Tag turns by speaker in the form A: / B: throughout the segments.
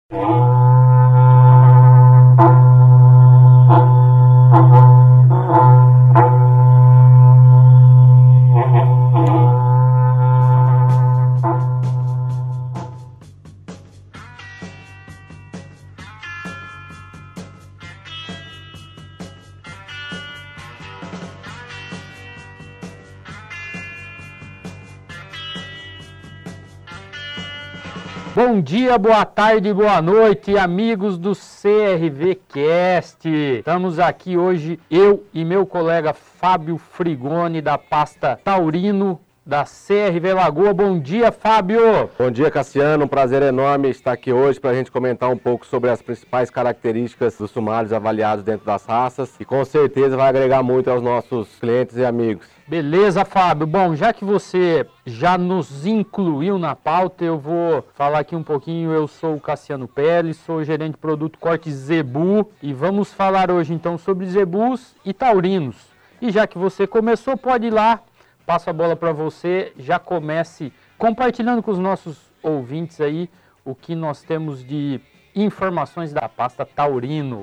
A: Bom dia, boa tarde, boa noite, amigos do CRVcast. Estamos aqui hoje, eu e meu colega Fábio Frigoni, da pasta Taurino, da CRV Lagoa. Bom dia, Fábio!
B: Bom dia, Cassiano. Um prazer enorme estar aqui hoje para a gente comentar um pouco sobre as principais características dos sumários avaliados dentro das raças e com certeza vai agregar muito aos nossos clientes e amigos.
A: Beleza, Fábio. Bom, já que você já nos incluiu na pauta, eu vou falar aqui um pouquinho. Eu sou o Cassiano Pérez, sou gerente de produto corte Zebu e vamos falar hoje então sobre Zebus e Taurinos. E já que você começou, pode ir lá, passo a bola para você, já comece compartilhando com os nossos ouvintes aí o que nós temos de informações da pasta Taurino.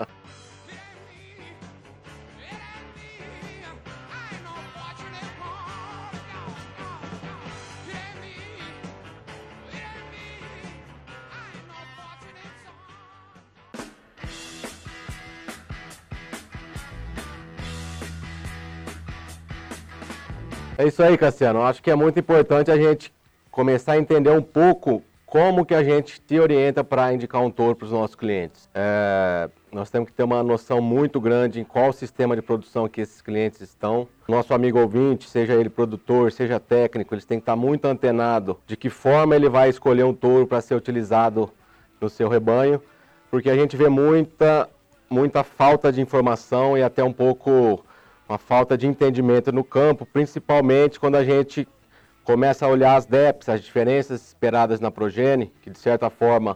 B: É isso aí, Cassiano. Acho que é muito importante a gente começar a entender um pouco como que a gente se orienta para indicar um touro para os nossos clientes. Nós temos que ter uma noção muito grande em qual sistema de produção que esses clientes estão. Nosso amigo ouvinte, seja ele produtor, seja técnico, eles têm que estar muito antenado de que forma ele vai escolher um touro para ser utilizado no seu rebanho, porque a gente vê muita falta de informação e até um pouco uma falta de entendimento no campo, principalmente quando a gente começa a olhar as DEPs, as diferenças esperadas na progênie, que de certa forma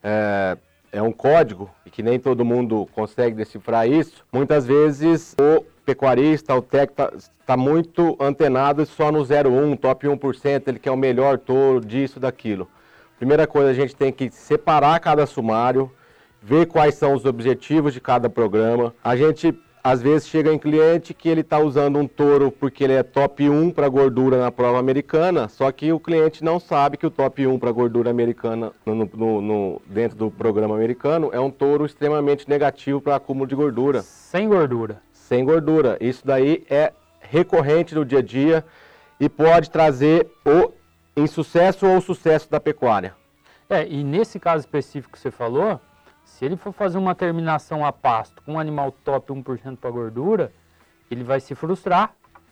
B: é um código e que nem todo mundo consegue decifrar isso. Muitas vezes o pecuarista, o técnico está muito antenado só no 0,1, top 1%, ele quer o melhor touro, disso, daquilo. Primeira coisa, a gente tem que separar cada sumário, ver quais são os objetivos de cada programa. A gente às vezes chega em cliente que ele está usando um touro porque ele é top 1 para gordura na prova americana, só que o cliente não sabe que o top 1 para gordura americana dentro do programa americano é um touro extremamente negativo para acúmulo de gordura.
A: Sem gordura.
B: Sem gordura. Isso daí é recorrente no dia a dia e pode trazer o insucesso ou o sucesso da pecuária.
A: E nesse caso específico que você falou, se ele for fazer uma terminação a pasto com um animal top 1% para gordura, ele vai se frustrar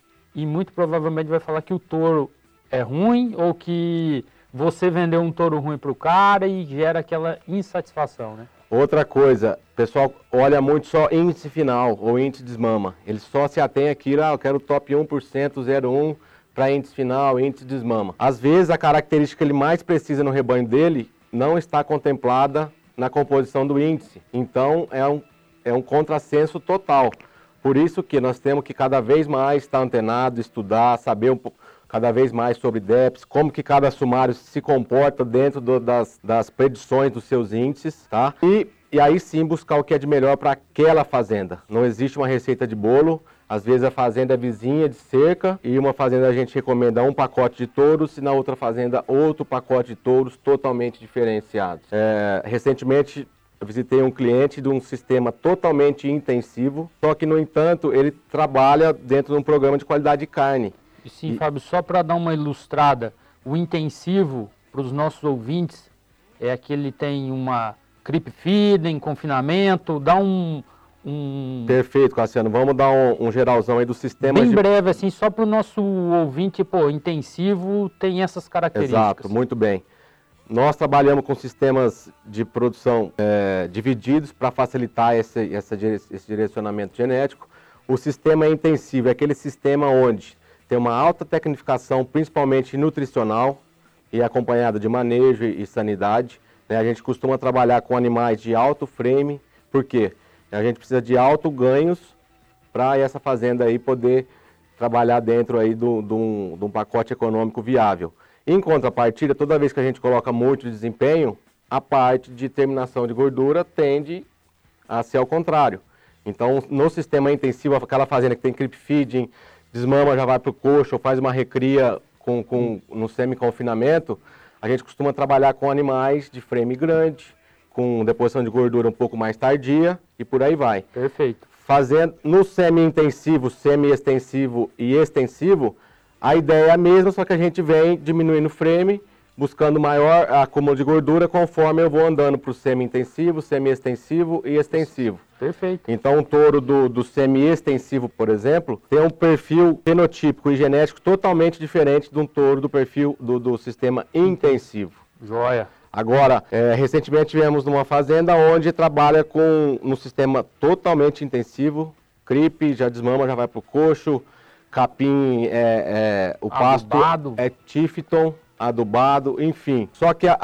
A: e muito provavelmente vai falar que o touro é ruim ou que você vendeu um touro ruim para o cara e gera aquela insatisfação, né?
B: Outra coisa, o pessoal olha muito só índice final ou índice de desmama. Ele só se atém àquilo, eu quero top 1%, 0,1% para índice final, índice de desmama. Às vezes a característica que ele mais precisa no rebanho dele não está contemplada na composição do índice. Então é um contrassenso total. Por isso que nós temos que cada vez mais estar antenado, estudar, saber cada vez mais sobre DEPs, como que cada sumário se comporta dentro das predições dos seus índices, tá? E aí sim buscar o que é de melhor para aquela fazenda. Não existe uma receita de bolo. Às vezes a fazenda é vizinha de cerca e uma fazenda a gente recomenda um pacote de touros e na outra fazenda outro pacote de touros totalmente diferenciados. Recentemente eu visitei um cliente de um sistema totalmente intensivo, só que no entanto ele trabalha dentro de um programa de qualidade de carne.
A: E sim, Fábio, só para dar uma ilustrada, o intensivo para os nossos ouvintes é aquele que tem uma creep feeding, confinamento, dá um...
B: Perfeito, Cassiano. Vamos dar um geralzão aí do sistema.
A: Bem breve, assim, só para o nosso ouvinte, intensivo tem essas características.
B: Exato, muito bem. Nós trabalhamos com sistemas de produção divididos para facilitar esse direcionamento genético. O sistema intensivo é aquele sistema onde tem uma alta tecnificação, principalmente nutricional, e acompanhada de manejo e sanidade. A gente costuma trabalhar com animais de alto frame, por quê? A gente precisa de alto ganhos para essa fazenda aí poder trabalhar dentro aí de um pacote econômico viável. Em contrapartida, toda vez que a gente coloca muito desempenho, a parte de terminação de gordura tende a ser ao contrário. Então, no sistema intensivo, aquela fazenda que tem creep feeding, desmama, já vai para o coxo, ou faz uma recria no semi-confinamento, a gente costuma trabalhar com animais de frame grande, com deposição de gordura um pouco mais tardia e por aí vai.
A: Perfeito.
B: Fazendo no semi-intensivo, semi-extensivo e extensivo, a ideia é a mesma, só que a gente vem diminuindo o frame, buscando maior acúmulo de gordura conforme eu vou andando para o semi-intensivo, semi-extensivo e extensivo.
A: Perfeito.
B: Então, o touro do semi-extensivo, por exemplo, tem um perfil fenotípico e genético totalmente diferente de um touro do perfil do sistema intensivo.
A: Joia.
B: Agora, recentemente viemos numa fazenda onde trabalha no sistema totalmente intensivo, creep, já desmama, já vai para o coxo, capim, o pasto
A: adubado.
B: É Tifton, adubado, enfim. Só que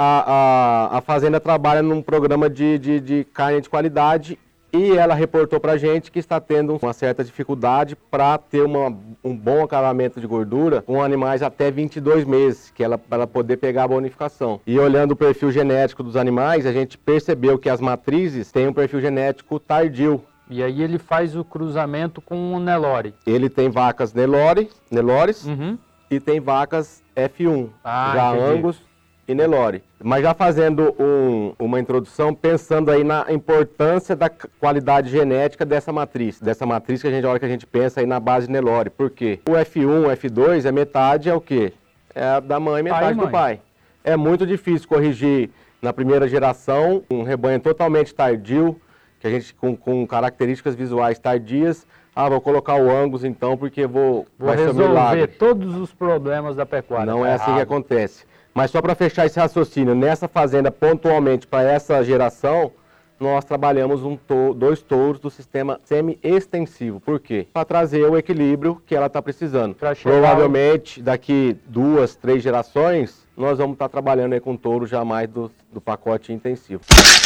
B: a fazenda trabalha num programa de carne de qualidade e ela reportou para a gente que está tendo uma certa dificuldade para ter um bom acabamento de gordura com animais até 22 meses, que ela para poder pegar a bonificação. E olhando o perfil genético dos animais, a gente percebeu que as matrizes têm um perfil genético tardio.
A: E aí ele faz o cruzamento com o Nelore.
B: Ele tem vacas Nelores e tem vacas F1, já
A: entendi.
B: Angus e Nelore. Mas já fazendo uma introdução, pensando aí na importância da qualidade genética dessa matriz que a hora que a gente pensa aí na base Nelore. Por quê? O F1, o F2, a metade é o quê? É da mãe, metade do pai. É muito difícil corrigir na primeira geração um rebanho totalmente tardio, que a gente com características visuais tardias. Vou colocar o Angus então, porque vai ser um milagre.
A: Resolver todos os problemas da pecuária.
B: Não é assim que acontece. Mas só para fechar esse raciocínio, nessa fazenda, pontualmente para essa geração, nós trabalhamos dois touros do sistema semi-extensivo. Por quê? Para trazer o equilíbrio que ela está precisando. Provavelmente, daqui 2, 3 gerações, nós vamos estar trabalhando aí com touro já mais do pacote intensivo.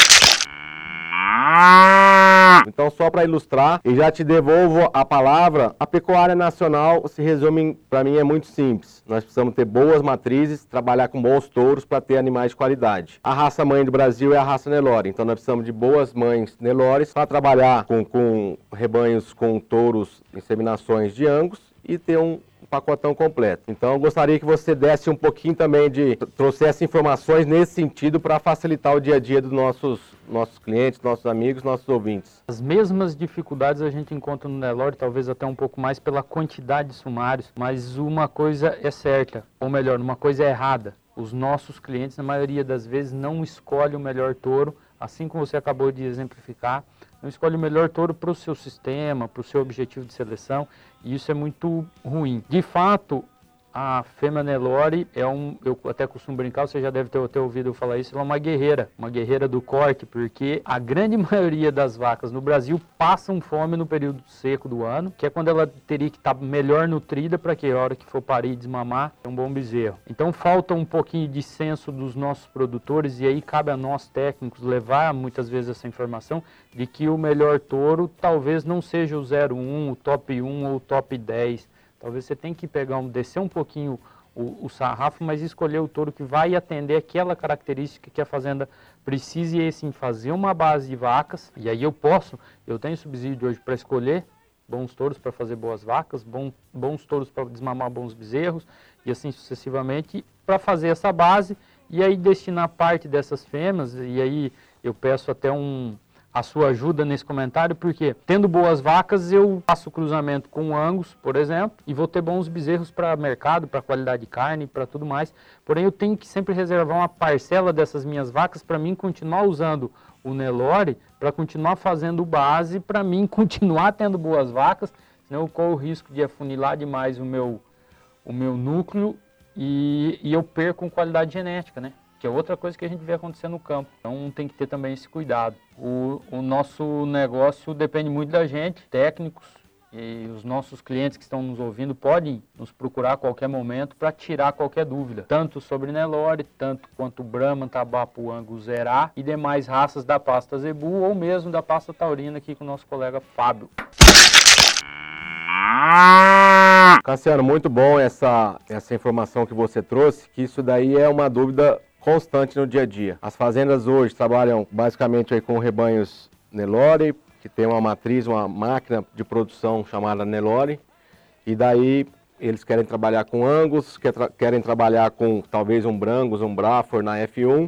B: Então, só para ilustrar, e já te devolvo a palavra, a pecuária nacional se resume, para mim, é muito simples. Nós precisamos ter boas matrizes, trabalhar com bons touros para ter animais de qualidade. A raça mãe do Brasil é a raça Nelore, então nós precisamos de boas mães Nelores para trabalhar com rebanhos com touros, inseminações de Angus e ter um pacotão completo. Então, eu gostaria que você desse um pouquinho também trouxesse informações nesse sentido para facilitar o dia a dia dos nossos clientes, nossos amigos, nossos ouvintes.
A: As mesmas dificuldades a gente encontra no Nelore, talvez até um pouco mais pela quantidade de sumários, mas uma coisa é certa, ou melhor, uma coisa é errada. Os nossos clientes, na maioria das vezes, não escolhem o melhor touro, assim como você acabou de exemplificar, não escolhe o melhor touro para o seu sistema, para o seu objetivo de seleção, e isso é muito ruim. De fato, a fêmea Nelore eu até costumo brincar, você já deve ter ouvido eu falar isso, ela é uma guerreira do corte, porque a grande maioria das vacas no Brasil passam fome no período seco do ano, que é quando ela teria que estar melhor nutrida para que a hora que for parir e desmamar é um bom bezerro. Então falta um pouquinho de senso dos nossos produtores e aí cabe a nós técnicos levar muitas vezes essa informação de que o melhor touro talvez não seja o 01, o top 1 ou o top 10. Talvez você tenha que descer um pouquinho o sarrafo, mas escolher o touro que vai atender aquela característica que a fazenda precisa e assim, fazer uma base de vacas. E aí eu tenho subsídio hoje para escolher bons touros para fazer boas vacas, bons touros para desmamar bons bezerros e assim sucessivamente para fazer essa base e aí destinar parte dessas fêmeas. E aí eu peço até a sua ajuda nesse comentário, porque tendo boas vacas, eu faço cruzamento com Angus, por exemplo, e vou ter bons bezerros para mercado, para qualidade de carne, para tudo mais. Porém, eu tenho que sempre reservar uma parcela dessas minhas vacas para mim continuar usando o Nelore, para continuar fazendo base, para mim continuar tendo boas vacas, senão eu corro o risco de afunilar demais o meu núcleo e eu perco qualidade genética, né? Que é outra coisa que a gente vê acontecer no campo. Então tem que ter também esse cuidado. O nosso negócio depende muito da gente, técnicos, e os nossos clientes que estão nos ouvindo podem nos procurar a qualquer momento para tirar qualquer dúvida, tanto sobre Nelore, tanto quanto Brahman, Tabapo, Angus, Zerá e demais raças da pasta Zebu ou mesmo da pasta taurina aqui com o nosso colega Fábio.
B: Cassiano, muito bom essa informação que você trouxe, que isso daí é uma dúvida constante no dia a dia. As fazendas hoje trabalham basicamente aí com rebanhos Nelore, que tem uma matriz, uma máquina de produção chamada Nelore, e daí eles querem trabalhar com Angus, querem trabalhar com talvez um Brangus, um Braford na F1,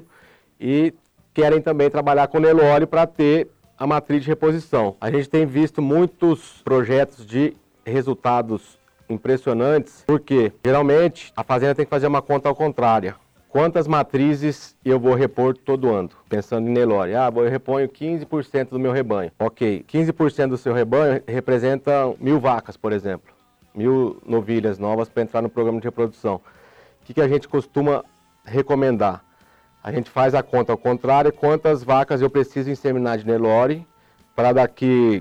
B: e querem também trabalhar com Nelore para ter a matriz de reposição. A gente tem visto muitos projetos de resultados impressionantes, porque geralmente a fazenda tem que fazer uma conta ao contrário. Quantas matrizes eu vou repor todo ano? Pensando em Nelore. Eu reponho 15% do meu rebanho. Ok, 15% do seu rebanho representa 1.000 vacas, por exemplo. 1.000 novilhas novas para entrar no programa de reprodução. O que a gente costuma recomendar? A gente faz a conta ao contrário, quantas vacas eu preciso inseminar de Nelore para daqui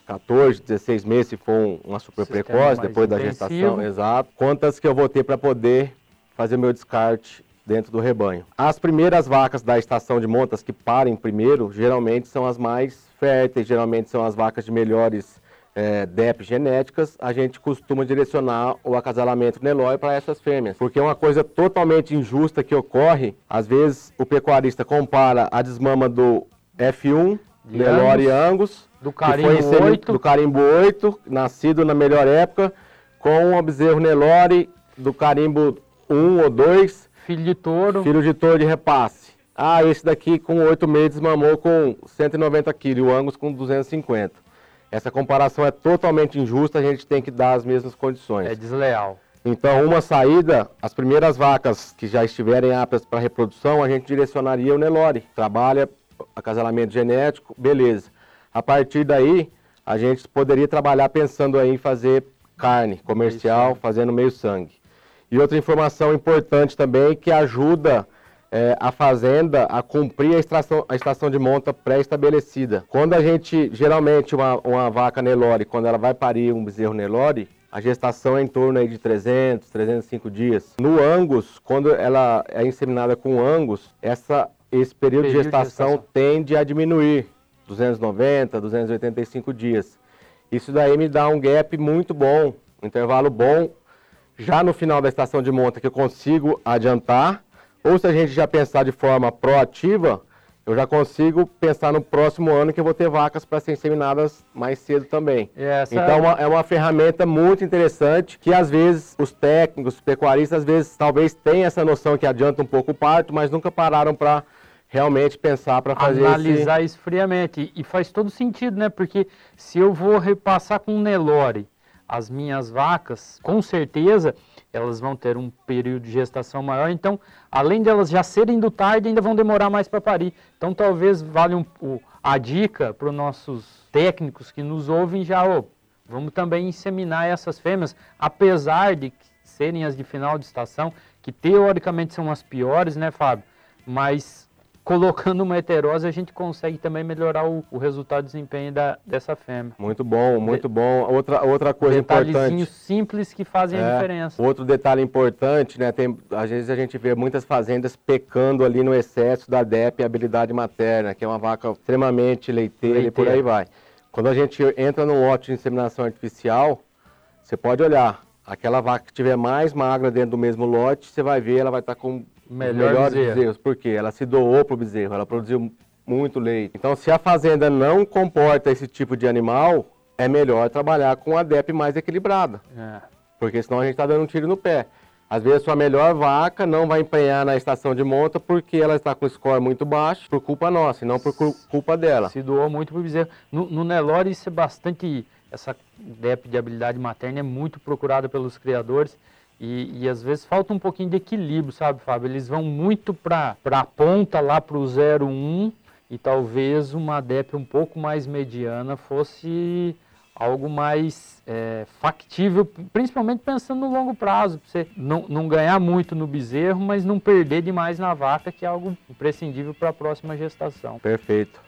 B: 14, 16 meses, se for uma super precoce, depois da gestação, exato. Quantas que eu vou ter para poder fazer meu descarte dentro do rebanho. As primeiras vacas da estação de montas que parem primeiro, geralmente são as mais férteis, geralmente são as vacas de melhores DEP genéticas. A gente costuma direcionar o acasalamento Nelore para essas fêmeas, porque é uma coisa totalmente injusta que ocorre. Às vezes o pecuarista compara a desmama do F1, Nelore Angus,
A: do carimbo 8,
B: do carimbo 8, nascido na melhor época, com o bezerro Nelore do carimbo 1 ou 2,
A: filho de touro
B: de repasse. Esse daqui com 8 meses mamou com 190 kg, o Angus com 250. Essa comparação é totalmente injusta, a gente tem que dar as mesmas condições.
A: É desleal.
B: Então, uma saída, as primeiras vacas que já estiverem aptas para reprodução, a gente direcionaria o Nelore. Trabalha acasalamento genético, beleza. A partir daí, a gente poderia trabalhar pensando aí em fazer carne comercial, fazendo meio sangue. E outra informação importante também, que ajuda a fazenda a cumprir a estação de monta pré-estabelecida. Quando a gente, geralmente uma vaca Nelore, quando ela vai parir um bezerro Nelore, a gestação é em torno aí de 300, 305 dias. No Angus, quando ela é inseminada com Angus, esse período de gestação tende a diminuir, 290, 285 dias. Isso daí me dá um gap muito bom, um intervalo bom, já no final da estação de monta, que eu consigo adiantar, ou se a gente já pensar de forma proativa, eu já consigo pensar no próximo ano que eu vou ter vacas para ser inseminadas mais cedo também. Então é uma ferramenta muito interessante que às vezes os técnicos, os pecuaristas, às vezes talvez tenham essa noção que adianta um pouco o parto, mas nunca pararam para realmente pensar para fazer
A: analisar isso friamente. E faz todo sentido, né? Porque se eu vou repassar com Nelore as minhas vacas, com certeza elas vão ter um período de gestação maior, então, além de elas já serem do tarde, ainda vão demorar mais para parir. Então, talvez valha a dica para os nossos técnicos que nos ouvem já, vamos também inseminar essas fêmeas, apesar de serem as de final de estação, que teoricamente são as piores, né, Fábio? Mas colocando uma heterose, a gente consegue também melhorar o resultado de desempenho dessa fêmea.
B: Muito bom, muito bom. Outra coisa importante.
A: Detalhezinhos simples que fazem a diferença.
B: Outro detalhe importante, né? Às vezes a gente vê muitas fazendas pecando ali no excesso da DEP e habilidade materna, que é uma vaca extremamente leiteira e por aí vai. Quando a gente entra num lote de inseminação artificial, você pode olhar, aquela vaca que estiver mais magra dentro do mesmo lote, você vai ver, ela vai estar com melhores bezerros, porque ela se doou para o bezerro, ela produziu muito leite. Então, se a fazenda não comporta esse tipo de animal, é melhor trabalhar com a DEP mais equilibrada, porque senão a gente está dando um tiro no pé. Às vezes, sua melhor vaca não vai empenhar na estação de monta porque ela está com score muito baixo, por culpa nossa, e não por culpa dela.
A: Se doou muito para o bezerro. No Nelore, isso é bastante... Essa DEP de habilidade materna é muito procurada pelos criadores. E às vezes falta um pouquinho de equilíbrio, sabe, Fábio? Eles vão muito para a ponta, lá para o 0,1, e talvez uma DEP um pouco mais mediana fosse algo mais factível, principalmente pensando no longo prazo, para você não ganhar muito no bezerro, mas não perder demais na vaca, que é algo imprescindível para a próxima gestação.
B: Perfeito.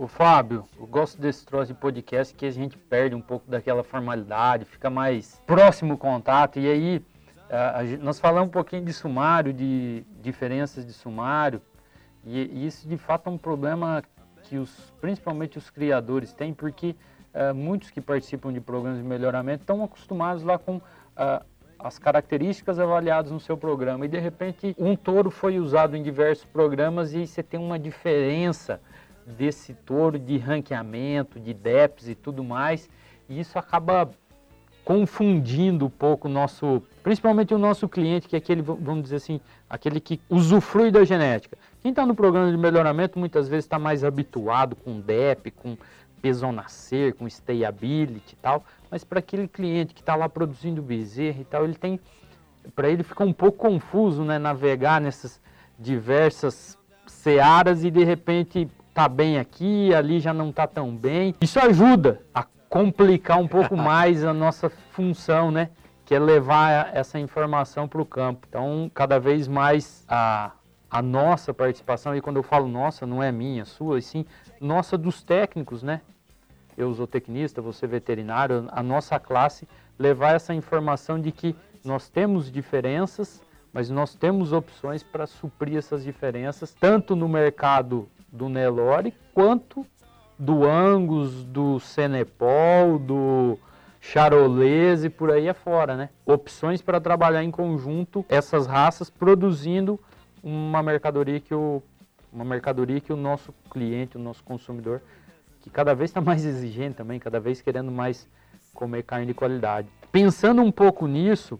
A: Ô Fábio, eu gosto desse troço de podcast que a gente perde um pouco daquela formalidade, fica mais próximo o contato. E aí, nós falamos um pouquinho de sumário, de diferenças de sumário, e isso de fato é um problema que principalmente os criadores têm, porque muitos que participam de programas de melhoramento estão acostumados lá com as características avaliadas no seu programa, e de repente um touro foi usado em diversos programas e aí você tem uma diferença desse touro de ranqueamento, de DEPs e tudo mais, e isso acaba confundindo um pouco principalmente o nosso cliente, que é aquele, vamos dizer assim, aquele que usufrui da genética. Quem está no programa de melhoramento muitas vezes está mais habituado com DEP, com peso ao nascer, com stayability e tal, mas para aquele cliente que está lá produzindo bezerro e tal, para ele fica um pouco confuso, né, navegar nessas diversas searas e de repente tá bem aqui, ali já não tá tão bem. Isso ajuda a complicar um pouco mais a nossa função, né? Que é levar essa informação para o campo. Então, cada vez mais a nossa participação, e quando eu falo nossa, não é minha, sua, e sim nossa dos técnicos, né? Eu zootecnista, você veterinário, a nossa classe, levar essa informação de que nós temos diferenças, mas nós temos opções para suprir essas diferenças, tanto no mercado do Nelore, quanto do Angus, do Senepol, do Charolais e por aí afora, né? Opções para trabalhar em conjunto essas raças, produzindo uma mercadoria que o nosso cliente, o nosso consumidor, que cada vez está mais exigente também, cada vez querendo mais comer carne de qualidade. Pensando um pouco nisso,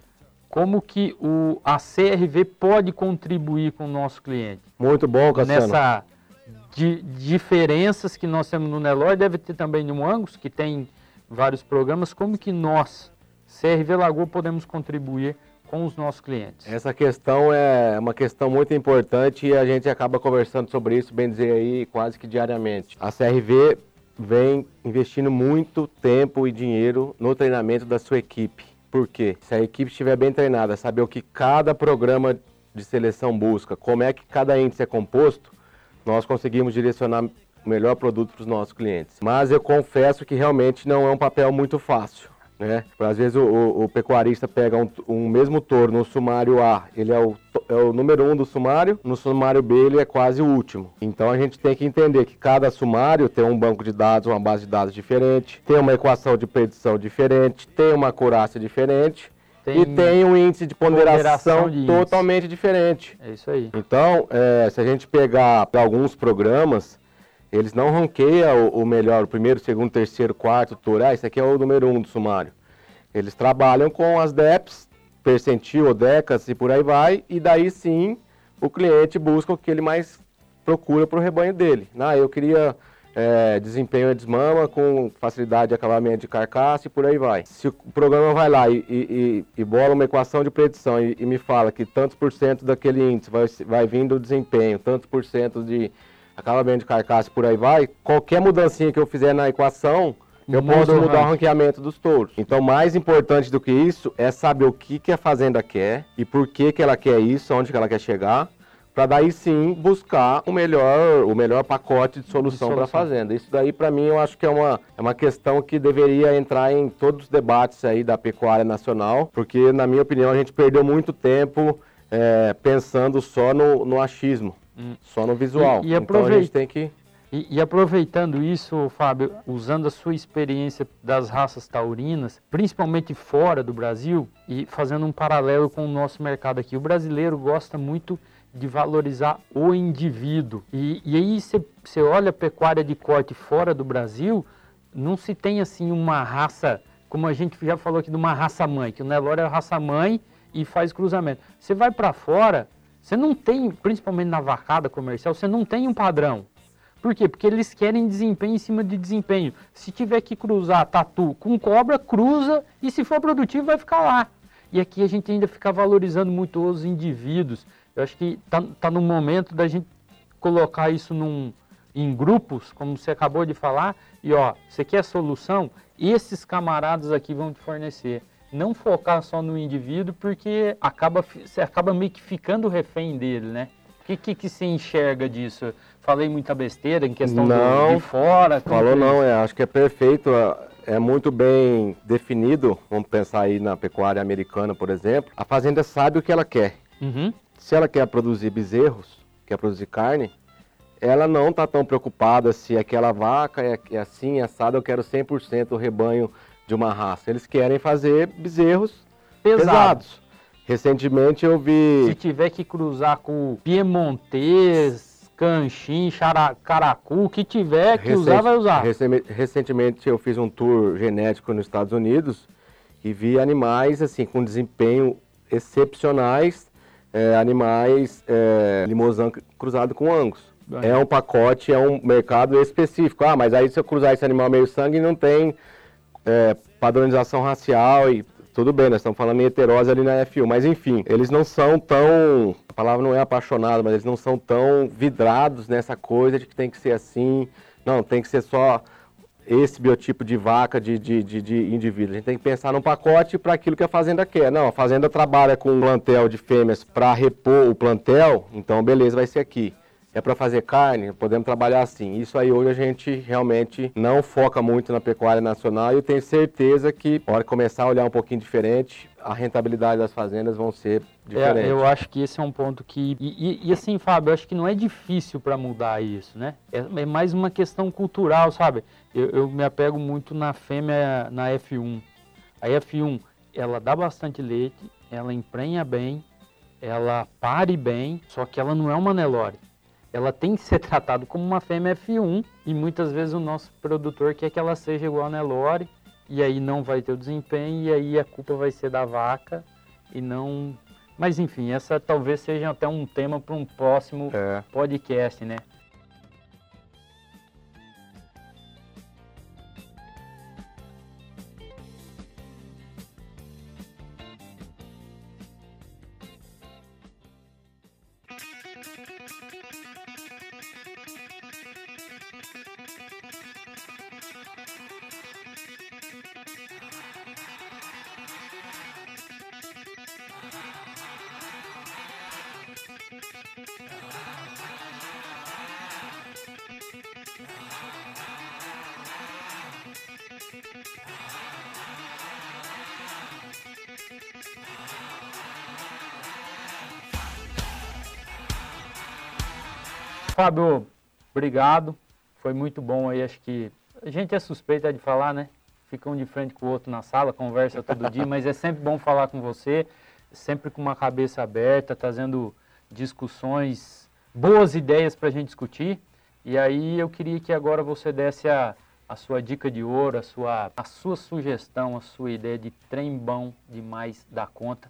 A: como que a CRV pode contribuir com o nosso cliente?
B: Muito bom, Cassiano.
A: Nessa diferenças que nós temos no Nelore, deve ter também no Angus, que tem vários programas. Como que nós, CRV Lagoa, podemos contribuir com os nossos clientes?
B: Essa questão é uma questão muito importante e a gente acaba conversando sobre isso, bem dizer aí, quase que diariamente. A CRV vem investindo muito tempo e dinheiro no treinamento da sua equipe. Por quê? Se a equipe estiver bem treinada, saber o que cada programa de seleção busca, como é que cada índice é composto, nós conseguimos direcionar o melhor produto para os nossos clientes. Mas eu confesso que realmente não é um papel muito fácil, né? Às vezes o pecuarista pega um mesmo touro no sumário A, ele é o número 1 do sumário, no sumário B ele é quase o último. Então a gente tem que entender que cada sumário tem um banco de dados, uma base de dados diferente, tem uma equação de predição diferente, tem uma acurácia diferente, e tem um índice de ponderação totalmente diferente.
A: É isso aí.
B: Então, se a gente pegar alguns programas, eles não ranqueiam o melhor, o primeiro, segundo, terceiro, quarto, touro. Esse aqui é o número 1 do sumário. Eles trabalham com as DEPs, percentil, decas e por aí vai, e daí sim o cliente busca o que ele mais procura para o rebanho dele. Eu queria desempenho de desmama com facilidade de acabamento de carcaça e por aí vai. Se o programa vai lá e bola uma equação de predição e me fala que tantos por cento daquele índice vai vindo do desempenho, tantos por cento de acabamento de carcaça e por aí vai, qualquer mudancinha que eu fizer na equação, eu posso mudar o ranqueamento dos touros. Então, mais importante do que isso é saber o que a fazenda quer e por que ela quer isso, onde que ela quer chegar, para daí sim buscar o melhor pacote de solução para a fazenda. Isso daí para mim eu acho que é uma questão que deveria entrar em todos os debates aí da pecuária nacional, porque na minha opinião a gente perdeu muito tempo pensando só no achismo, só no visual. Então a gente tem que...
A: E aproveitando isso, Fábio, usando a sua experiência das raças taurinas, principalmente fora do Brasil, e fazendo um paralelo com o nosso mercado aqui, o brasileiro gosta muito de valorizar o indivíduo. E aí você olha a pecuária de corte fora do Brasil, não se tem assim uma raça, como a gente já falou aqui, de uma raça mãe, que o Nelore é a raça mãe e faz cruzamento. Você vai para fora, você não tem, principalmente na vacada comercial, você não tem um padrão. Por quê? Porque eles querem desempenho em cima de desempenho. Se tiver que cruzar tatu com cobra, cruza, e se for produtivo vai ficar lá. E aqui a gente ainda fica valorizando muito os indivíduos. Eu acho que tá no momento da gente colocar isso em grupos, como você acabou de falar, e você quer solução? Esses camaradas aqui vão te fornecer. Não focar só no indivíduo, porque você acaba meio que ficando refém dele, né? O que se enxerga disso? Falei muita besteira em questão
B: Não,
A: de fora?
B: Falou não, acho que é perfeito, é muito bem definido, vamos pensar aí na pecuária americana, por exemplo. A fazenda sabe o que ela quer.
A: Uhum.
B: Se ela quer produzir bezerros, quer produzir carne, ela não está tão preocupada se aquela vaca é assim, assada, eu quero 100% o rebanho de uma raça. Eles querem fazer bezerros pesados. Recentemente eu vi...
A: Se tiver que cruzar com piemontês, canchim, caracu, o que tiver que usar, vai usar.
B: Recentemente eu fiz um tour genético nos Estados Unidos e vi animais assim com desempenho excepcionais, animais Limousin cruzado com Angus. É um pacote, é um mercado específico. Ah, mas aí se eu cruzar esse animal meio sangue não tem padronização racial e tudo bem, nós estamos falando em heterose ali na F1, mas enfim, eles não são tão, a palavra não é apaixonado, mas eles não são tão vidrados nessa coisa de que tem que ser assim, não, tem que ser só esse biotipo de vaca, de indivíduo. A gente tem que pensar num pacote para aquilo que a fazenda quer. Não, a fazenda trabalha com um plantel de fêmeas para repor o plantel, então beleza, vai ser aqui. É para fazer carne, podemos trabalhar assim. Isso aí hoje a gente realmente não foca muito na pecuária nacional e eu tenho certeza que, na hora que começar a olhar um pouquinho diferente, a rentabilidade das fazendas vão ser diferentes.
A: Eu acho que esse é um ponto que... E assim, Fábio, eu acho que não é difícil para mudar isso, né? É mais uma questão cultural, sabe? Eu me apego muito na fêmea, na F1. A F1, ela dá bastante leite, ela emprenha bem, ela pare bem, só que ela não é uma Nelore. Ela tem que ser tratada como uma fêmea F1 e muitas vezes o nosso produtor quer que ela seja igual a Nelore e aí não vai ter o desempenho e aí a culpa vai ser da vaca e não... Mas enfim, essa talvez seja até um tema para um próximo podcast, né? Fábio, obrigado. Foi muito bom aí, acho que a gente é suspeita de falar, né? Fica um de frente com o outro na sala, conversa todo dia, mas é sempre bom falar com você, sempre com uma cabeça aberta, trazendo discussões, boas ideias para a gente discutir. E aí eu queria que agora você desse a sua dica de ouro, a sua sugestão, a sua ideia de trem bom demais da conta.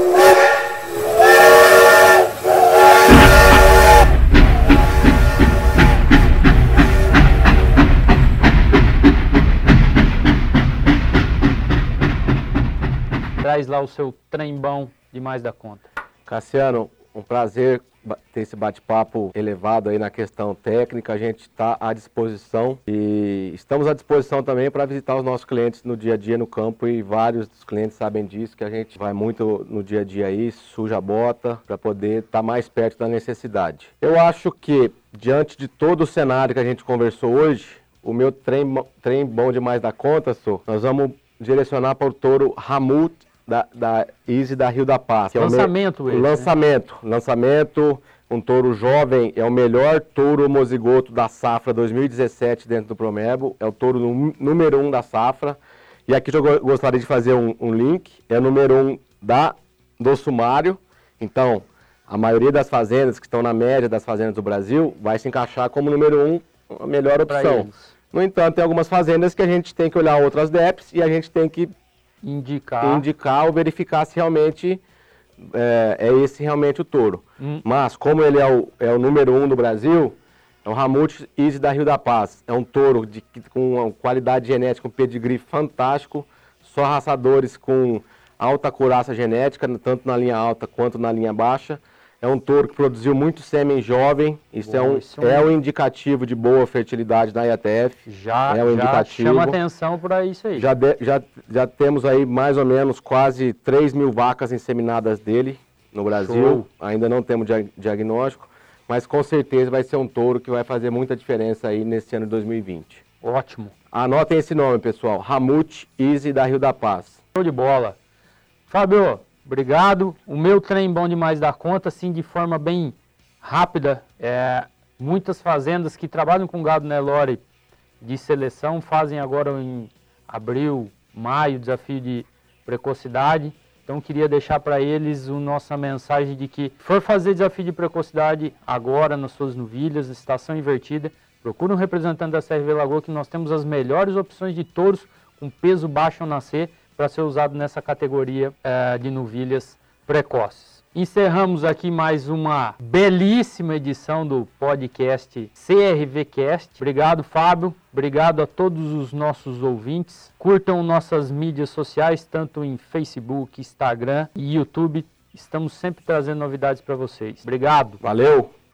A: Traz lá o seu trem bom demais da conta.
B: Cassiano, um prazer ter esse bate-papo elevado aí na questão técnica. A gente está à disposição e estamos à disposição também para visitar os nossos clientes no dia a dia no campo e vários dos clientes sabem disso, que a gente vai muito no dia a dia aí, suja a bota para poder estar mais perto da necessidade. Eu acho que, diante de todo o cenário que a gente conversou hoje, o meu trem bom demais da conta, nós vamos direcionar para o touro Hamut, da Easy da Rio da Paz. Que
A: lançamento
B: é lançamento, um touro jovem, é o melhor touro homozigoto da safra 2017 dentro do Promebo, é o touro número 1 da safra. E aqui eu gostaria de fazer um link, é o número 1 do sumário. Então, a maioria das fazendas que estão na média das fazendas do Brasil vai se encaixar como número 1, a melhor opção. No entanto, tem algumas fazendas que a gente tem que olhar outras DEPs e a gente tem que indicar ou verificar se realmente é esse realmente o touro. Mas como ele é o número 1 do Brasil, é o Hamut Easy da Rio da Paz. É um touro com uma qualidade genética, um pedigree fantástico, só raçadores com alta curaça genética, tanto na linha alta quanto na linha baixa. É um touro que produziu muito sêmen jovem, isso é um indicativo de boa fertilidade na IATF.
A: Já chama atenção para isso aí.
B: Já temos aí mais ou menos quase 3.000 vacas inseminadas dele no Brasil. Show. Ainda não temos diagnóstico. mas com certeza vai ser um touro que vai fazer muita diferença aí nesse ano de 2020.
A: Ótimo.
B: Anotem esse nome, pessoal. Ramute Easy da Rio da Paz.
A: Show de bola. Fábio, obrigado. O meu trem bom demais da conta, assim, de forma bem rápida. Muitas fazendas que trabalham com gado Nelore de seleção fazem agora em abril, maio, desafio de precocidade. Então, queria deixar para eles a nossa mensagem de que for fazer desafio de precocidade agora nas suas novilhas, estação invertida, procure um representante da CRV Lagoa, que nós temos as melhores opções de touros com peso baixo ao nascer para ser usado nessa categoria de novilhas precoces. Encerramos aqui mais uma belíssima edição do podcast CRVcast. Obrigado, Fábio. Obrigado a todos os nossos ouvintes. Curtam nossas mídias sociais, tanto em Facebook, Instagram e YouTube. Estamos sempre trazendo novidades para vocês. Obrigado.
B: Valeu!